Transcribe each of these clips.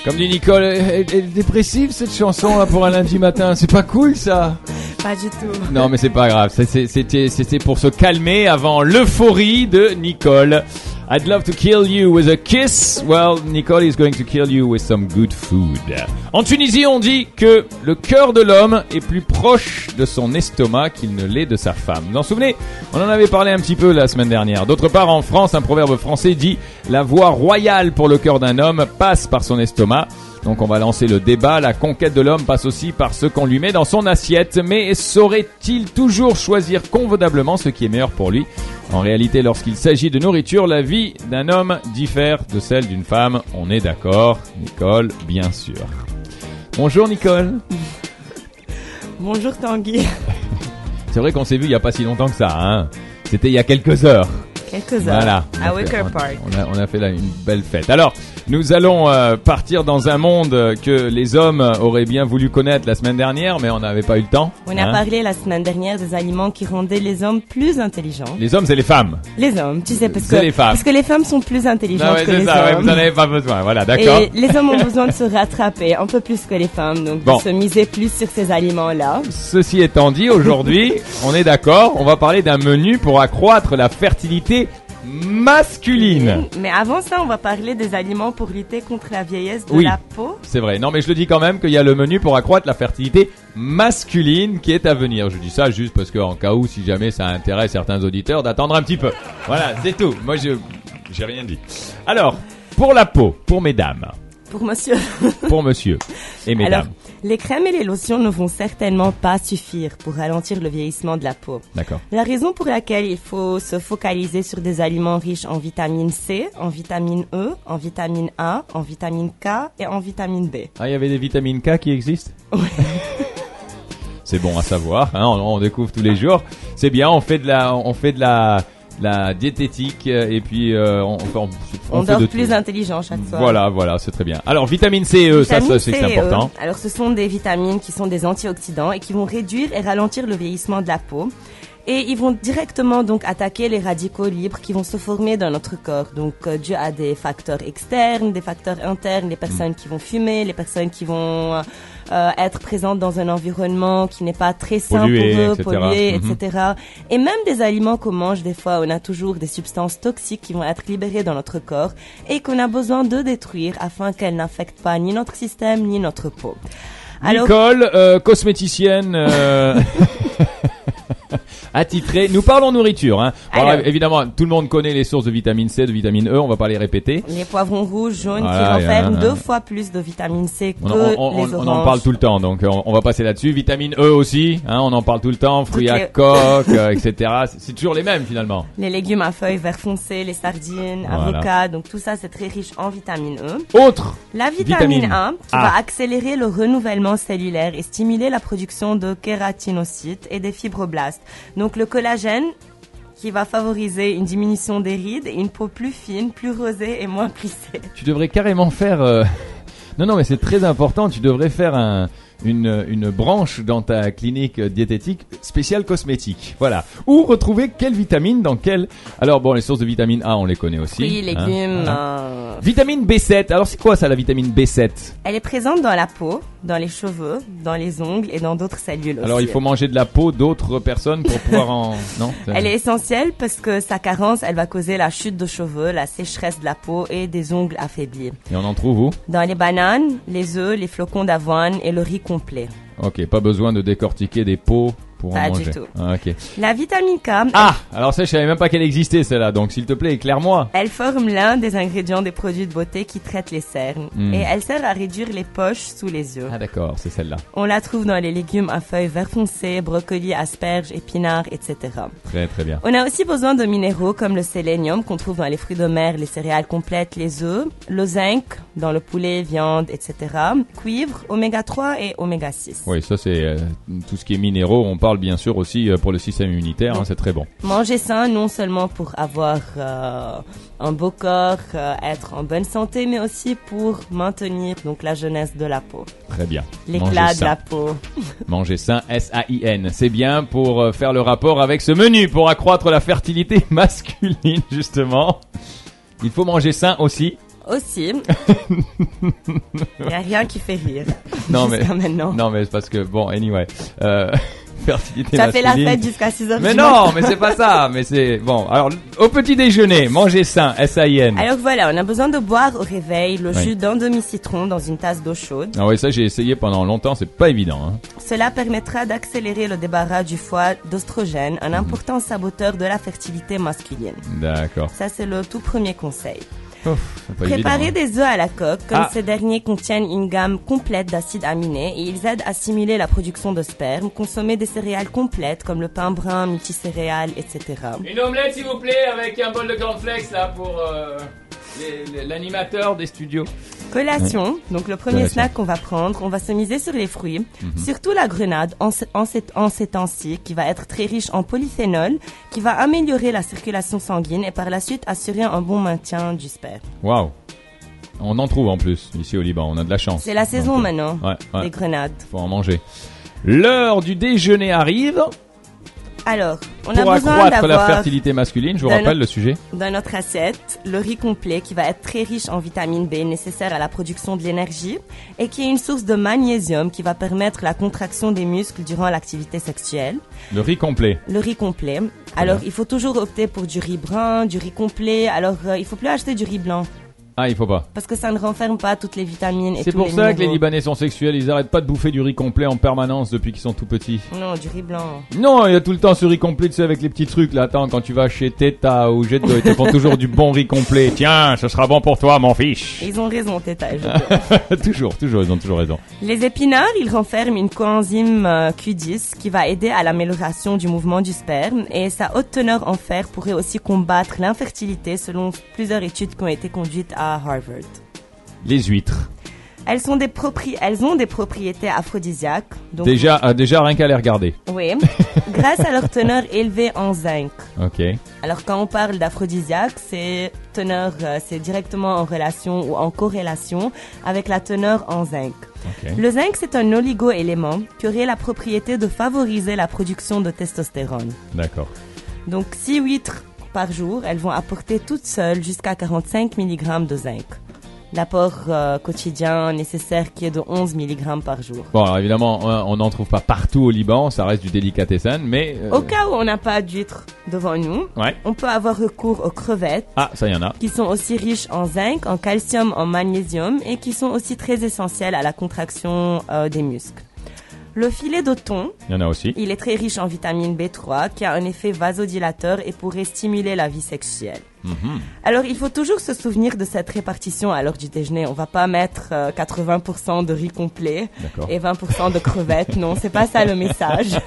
Comme dit Nicole, elle est dépressive cette chanson là pour un lundi matin. C'est pas cool ça? Pas du tout. Non mais c'est pas grave. C'était pour se calmer avant l'euphorie de Nicole. I'd love to kill you with a kiss. Well, Nicole is going to kill you with some good food. En Tunisie, on dit que le cœur de l'homme est plus proche de son estomac qu'il ne l'est de sa femme. Vous en souvenez? On en avait parlé un petit peu la semaine dernière. D'autre part, en France, un proverbe français dit « La voie royale pour le cœur d'un homme passe par son estomac ». Donc on va lancer le débat. La conquête de l'homme passe aussi par ce qu'on lui met dans son assiette. Mais saurait-il toujours choisir convenablement ce qui est meilleur pour lui? En réalité, lorsqu'il s'agit de nourriture, la vie d'un homme diffère de celle d'une femme. On est d'accord, Nicole, bien sûr. Bonjour Nicole. Bonjour Tanguy. C'est vrai qu'on s'est vu il n'y a pas si longtemps que ça, hein. C'était il y a quelques heures. Voilà. À Wicker Park. On a fait là une belle fête. Alors, nous allons partir dans un monde que les hommes auraient bien voulu connaître la semaine dernière, mais on n'avait pas eu le temps. On a parlé la semaine dernière des aliments qui rendaient les hommes plus intelligents. Les hommes, c'est les femmes. Les hommes, tu sais, parce que les femmes sont plus intelligentes que les hommes. Ouais, vous n'en avez pas besoin, voilà, d'accord. Et les hommes ont besoin de se rattraper un peu plus que les femmes, donc de se miser plus sur ces aliments-là. Ceci étant dit, aujourd'hui, on est d'accord, on va parler d'un menu pour accroître la fertilité masculine. Mais avant ça, on va parler des aliments pour lutter contre la vieillesse de la peau. C'est vrai. Non, mais je le dis quand même qu'il y a le menu pour accroître la fertilité masculine qui est à venir. Je dis ça juste parce que en cas où, si jamais ça intéresse certains auditeurs, d'attendre un petit peu. Voilà, c'est tout. Moi, j'ai rien dit. Alors, pour la peau, pour mesdames. Pour monsieur. Pour monsieur et mesdames. Alors, les crèmes et les lotions ne vont certainement pas suffire pour ralentir le vieillissement de la peau. D'accord. La raison pour laquelle il faut se focaliser sur des aliments riches en vitamine C, en vitamine E, en vitamine A, en vitamine K et en vitamine B. Ah, il y avait des vitamines K qui existent? Oui. C'est bon à savoir, hein, on découvre tous les jours. C'est bien, on fait de la diététique et puis on dort fait plus intelligent chaque soir. Voilà, c'est très bien. Alors vitamine C et E, ça c'est important. Alors ce sont des vitamines qui sont des antioxydants et qui vont réduire et ralentir le vieillissement de la peau. Et ils vont directement donc attaquer les radicaux libres qui vont se former dans notre corps. Donc dû à des facteurs externes, des facteurs internes, les personnes qui vont fumer, les personnes qui vont être présentes dans un environnement qui n'est pas très sain pour eux, pollué, etc. Et même des aliments qu'on mange, des fois, on a toujours des substances toxiques qui vont être libérées dans notre corps et qu'on a besoin de détruire afin qu'elles n'affectent pas ni notre système ni notre peau. Alors... Nicole, cosméticienne... attitré. Nous parlons nourriture, hein. Alors, évidemment, tout le monde connaît les sources de vitamine C, de vitamine E, on va pas les répéter. Les poivrons rouges, jaunes, qui renferment 2 fois plus de vitamine C que les oranges. On en parle tout le temps, donc on va passer là-dessus. Vitamine E aussi, hein, on en parle tout le temps. Fruits à coque, etc. C'est toujours les mêmes finalement. Les légumes à feuilles vert foncé, les sardines, avocats, donc tout ça c'est très riche en vitamine E. Autre. La vitamine A qui va accélérer le renouvellement cellulaire et stimuler la production de kératinocytes et des fibroblastes. Donc le collagène qui va favoriser une diminution des rides et une peau plus fine, plus rosée et moins plissée. Tu devrais carrément faire... Non, mais c'est très important. Tu devrais faire une branche dans ta clinique diététique spéciale cosmétique. Voilà. Ou retrouver quelle vitamine dans quelle... Alors bon, les sources de vitamine A, on les connaît aussi. Oui, légumes. Vitamine B7. Alors c'est quoi ça, la vitamine B7? Elle est présente dans la peau, dans les cheveux, dans les ongles et dans d'autres cellules aussi. Alors il faut manger de la peau d'autres personnes pour pouvoir en... Non. Elle est essentielle parce que sa carence, elle va causer la chute de cheveux, la sécheresse de la peau et des ongles affaiblis. Et on en trouve où? Dans les bananes, les œufs, les flocons d'avoine et le riz complet. Ok, pas besoin de décortiquer des peaux pour en manger. Pas du tout. Ok. La vitamine K. Alors ça, je savais même pas qu'elle existait celle-là. Donc s'il te plaît, éclaire-moi. Elle forme l'un des ingrédients des produits de beauté qui traitent les cernes et elle sert à réduire les poches sous les yeux. Ah d'accord, c'est celle-là. On la trouve dans les légumes à feuilles vert foncé, brocolis, asperges, épinards, etc. Très très bien. On a aussi besoin de minéraux comme le sélénium qu'on trouve dans les fruits de mer, les céréales complètes, les œufs, le zinc dans le poulet, viande, etc. Cuivre, oméga 3 et oméga 6. Oui, ça c'est tout ce qui est minéraux. On parle bien sûr aussi pour le système immunitaire, c'est très bon. Manger sain, non seulement pour avoir un beau corps, être en bonne santé, mais aussi pour maintenir donc la jeunesse de la peau. Très bien. L'éclat de la peau. Manger sain, S-A-I-N. C'est bien pour faire le rapport avec ce menu, pour accroître la fertilité masculine, justement. Il faut manger sain aussi. Aussi. Il n'y a rien qui fait rire. Non, mais, maintenant. non, mais c'est parce que, bon, anyway, fertilité Ça masculine. fait la fête jusqu'à 6h Mais du non, matin. mais c'est pas ça, mais c'est, bon, alors, au petit déjeuner, manger sain, S-A-I-N. Alors voilà, on a besoin de boire au réveil le Oui. jus d'un demi-citron dans une tasse d'eau chaude. Ah oui, ça j'ai essayé pendant longtemps, c'est pas évident, hein. Cela permettra d'accélérer le débarras du foie d'oestrogène, un important saboteur de la fertilité masculine. D'accord. Ça, c'est le tout premier conseil. Ouf, c'est pas Préparez évident, hein. des œufs à la coque, comme Ah. ces derniers contiennent une gamme complète d'acides aminés et ils aident à stimuler la production de sperme. Consommez des céréales complètes comme le pain brun, multicéréales, etc. Une omelette, s'il vous plaît, avec un bol de cornflakes, là, pour, l'animateur des studios. Collation, donc le premier Collation. snack qu'on va prendre, on va se miser sur les fruits, surtout la grenade en ces temps-ci, qui va être très riche en polyphénol, qui va améliorer la circulation sanguine et par la suite assurer un bon maintien du sperme. Waouh. On en trouve en plus, ici au Liban, on a de la chance. C'est la saison Donc, maintenant, ouais. des grenades. Faut en manger. L'heure du déjeuner arrive. Alors, on Pour a besoin accroître la d'avoir fertilité masculine, je vous d'un rappelle autre- le sujet. dans notre assiette le riz complet qui va être très riche en vitamine B nécessaire à la production de l'énergie et qui est une source de magnésium qui va permettre la contraction des muscles durant l'activité sexuelle. Le riz complet. Le riz complet. Alors, il faut toujours opter pour du riz brun, du riz complet. Alors, il faut plus acheter du riz blanc Ah, il faut pas. parce que ça ne renferme pas toutes les vitamines et C'est tous pour les ça que les minéraux. Libanais sont sexuels, ils arrêtent pas de bouffer du riz complet en permanence depuis qu'ils sont tout petits. Non, du riz blanc. Non, il y a tout le temps ce riz complet, tu sais, avec les petits trucs là. Attends, quand tu vas chez Teta ou Jetdo, ils te font toujours du bon riz complet. Tiens, ce sera bon pour toi, mon fiche. Ils ont raison, Teta. Je veux dire. toujours, ils ont toujours raison. Les épinards, ils renferment une coenzyme Q10 qui va aider à l'amélioration du mouvement du sperme et sa haute teneur en fer pourrait aussi combattre l'infertilité selon plusieurs études qui ont été conduites à Harvard. Les huîtres. Elles ont des propriétés aphrodisiaques. Donc, Déjà rien qu'à les regarder. oui, grâce à leur teneur élevée en zinc. Ok. Alors quand on parle d'aphrodisiaque, c'est directement en relation ou en corrélation avec la teneur en zinc. Ok. Le zinc, c'est un oligo-élément qui aurait la propriété de favoriser la production de testostérone. D'accord. Donc 6 huîtres par jour, elles vont apporter toutes seules jusqu'à 45 mg de zinc. L'apport quotidien nécessaire qui est de 11 mg par jour. Bon, alors évidemment, on n'en trouve pas partout au Liban, ça reste du délicatessen, mais... Au cas où on n'a pas d'huîtres devant nous, Ouais. on peut avoir recours aux crevettes, Ah, ça y en a. qui sont aussi riches en zinc, en calcium, en magnésium et qui sont aussi très essentiels à la contraction des muscles. Le filet de thon, Il y en a aussi. il est très riche en vitamine B3 qui a un effet vasodilateur et pourrait stimuler la vie sexuelle. Alors, il faut toujours se souvenir de cette répartition à l'heure du déjeuner. On va pas mettre 80% de riz complet D'accord. et 20% de crevettes. Non, c'est pas ça le message.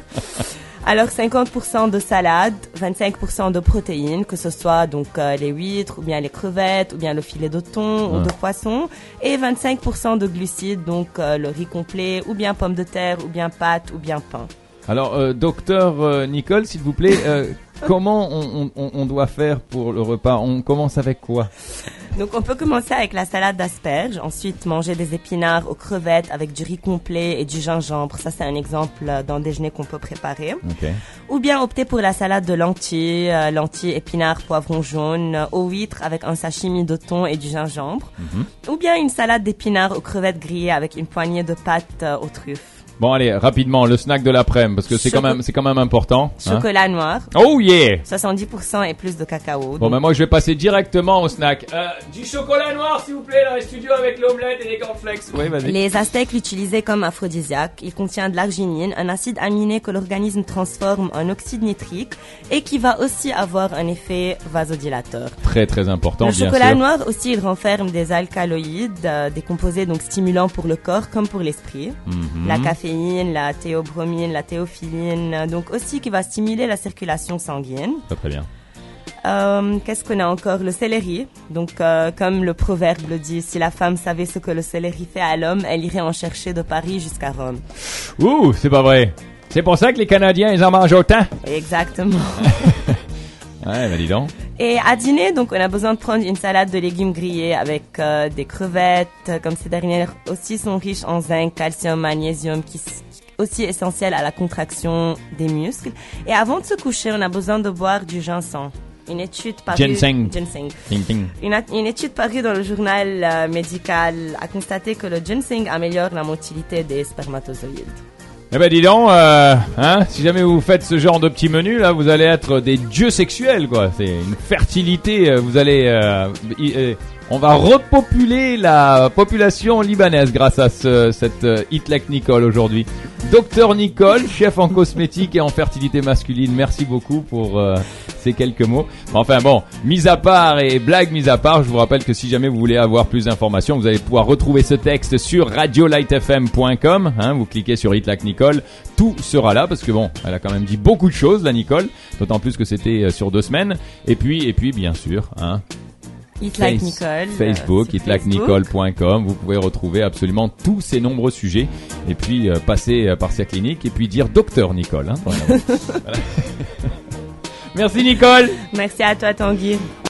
Alors 50% de salade, 25% de protéines, que ce soit donc les huîtres ou bien les crevettes ou bien le filet de thon ou de poisson, et 25% de glucides, donc le riz complet ou bien pommes de terre ou bien pâtes ou bien pain. Alors, docteur Nicole, s'il vous plaît, comment on doit faire pour le repas? On commence avec quoi? Donc on peut commencer avec la salade d'asperges, ensuite manger des épinards aux crevettes avec du riz complet et du gingembre. Ça c'est un exemple d'un déjeuner qu'on peut préparer. Ok. Ou bien opter pour la salade de lentilles, lentilles, épinards, poivrons jaunes, aux huîtres avec un sashimi de thon et du gingembre. Ou bien une salade d'épinards aux crevettes grillées avec une poignée de pâtes aux truffes. Bon, allez, rapidement, le snack de l'après-midi, parce que c'est quand même important. Hein. Chocolat noir, Oh yeah! 70% et plus de cacao. Bon, Donc, ben moi, je vais passer directement au snack. Du chocolat noir, s'il vous plaît, dans les studios avec l'omelette et les cornflakes. Oui, vas-y. les aztèques l'utilisaient comme aphrodisiaque. Il contient de l'arginine, un acide aminé que l'organisme transforme en oxyde nitrique et qui va aussi avoir un effet vasodilateur. Très, très important, Le bien chocolat sûr. noir aussi, il renferme des alcaloïdes, des composés donc stimulants pour le corps comme pour l'esprit. La caféine, la théobromine, la théophiline, donc aussi qui va stimuler la circulation sanguine. Très, très bien. Qu'est-ce qu'on a encore? Le céleri. Donc, comme le proverbe le dit, si la femme savait ce que le céleri fait à l'homme, elle irait en chercher de Paris jusqu'à Rome. Ouh, c'est pas vrai. C'est pour ça que les Canadiens, ils en mangent autant. Exactement. Ouais, ben dis donc. Et à dîner, donc, on a besoin de prendre une salade de légumes grillés avec des crevettes, comme ces dernières aussi sont riches en zinc, calcium, magnésium, qui sont aussi essentiels à la contraction des muscles. Et avant de se coucher, on a besoin de boire du ginseng. Une étude parue Ginseng. Ginseng. Une étude parue dans le journal médical a constaté que le ginseng améliore la motilité des spermatozoïdes. Eh ben dis donc, si jamais vous faites ce genre de petit menu là, vous allez être des dieux sexuels quoi. C'est une fertilité. Vous allez, on va repopuler la population libanaise grâce à cette Eat Like Nicole aujourd'hui. Docteur Nicole, chef en cosmétique et en fertilité masculine. Merci beaucoup pour ces quelques mots. Enfin bon, mis à part et blague mise à part, je vous rappelle que si jamais vous voulez avoir plus d'informations, vous allez pouvoir retrouver ce texte sur radiolightfm.com. Vous cliquez sur Eat Like Nicole, tout sera là parce que bon, elle a quand même dit beaucoup de choses, la Nicole. D'autant plus que c'était sur 2 semaines. Et puis bien sûr, Eat Like Nicole, Facebook, eatlikenicole.com. Vous pouvez retrouver absolument tous ces nombreux sujets et puis passer par sa clinique et puis dire Docteur Nicole. Voilà. Merci Nicole. Merci à toi Tanguy.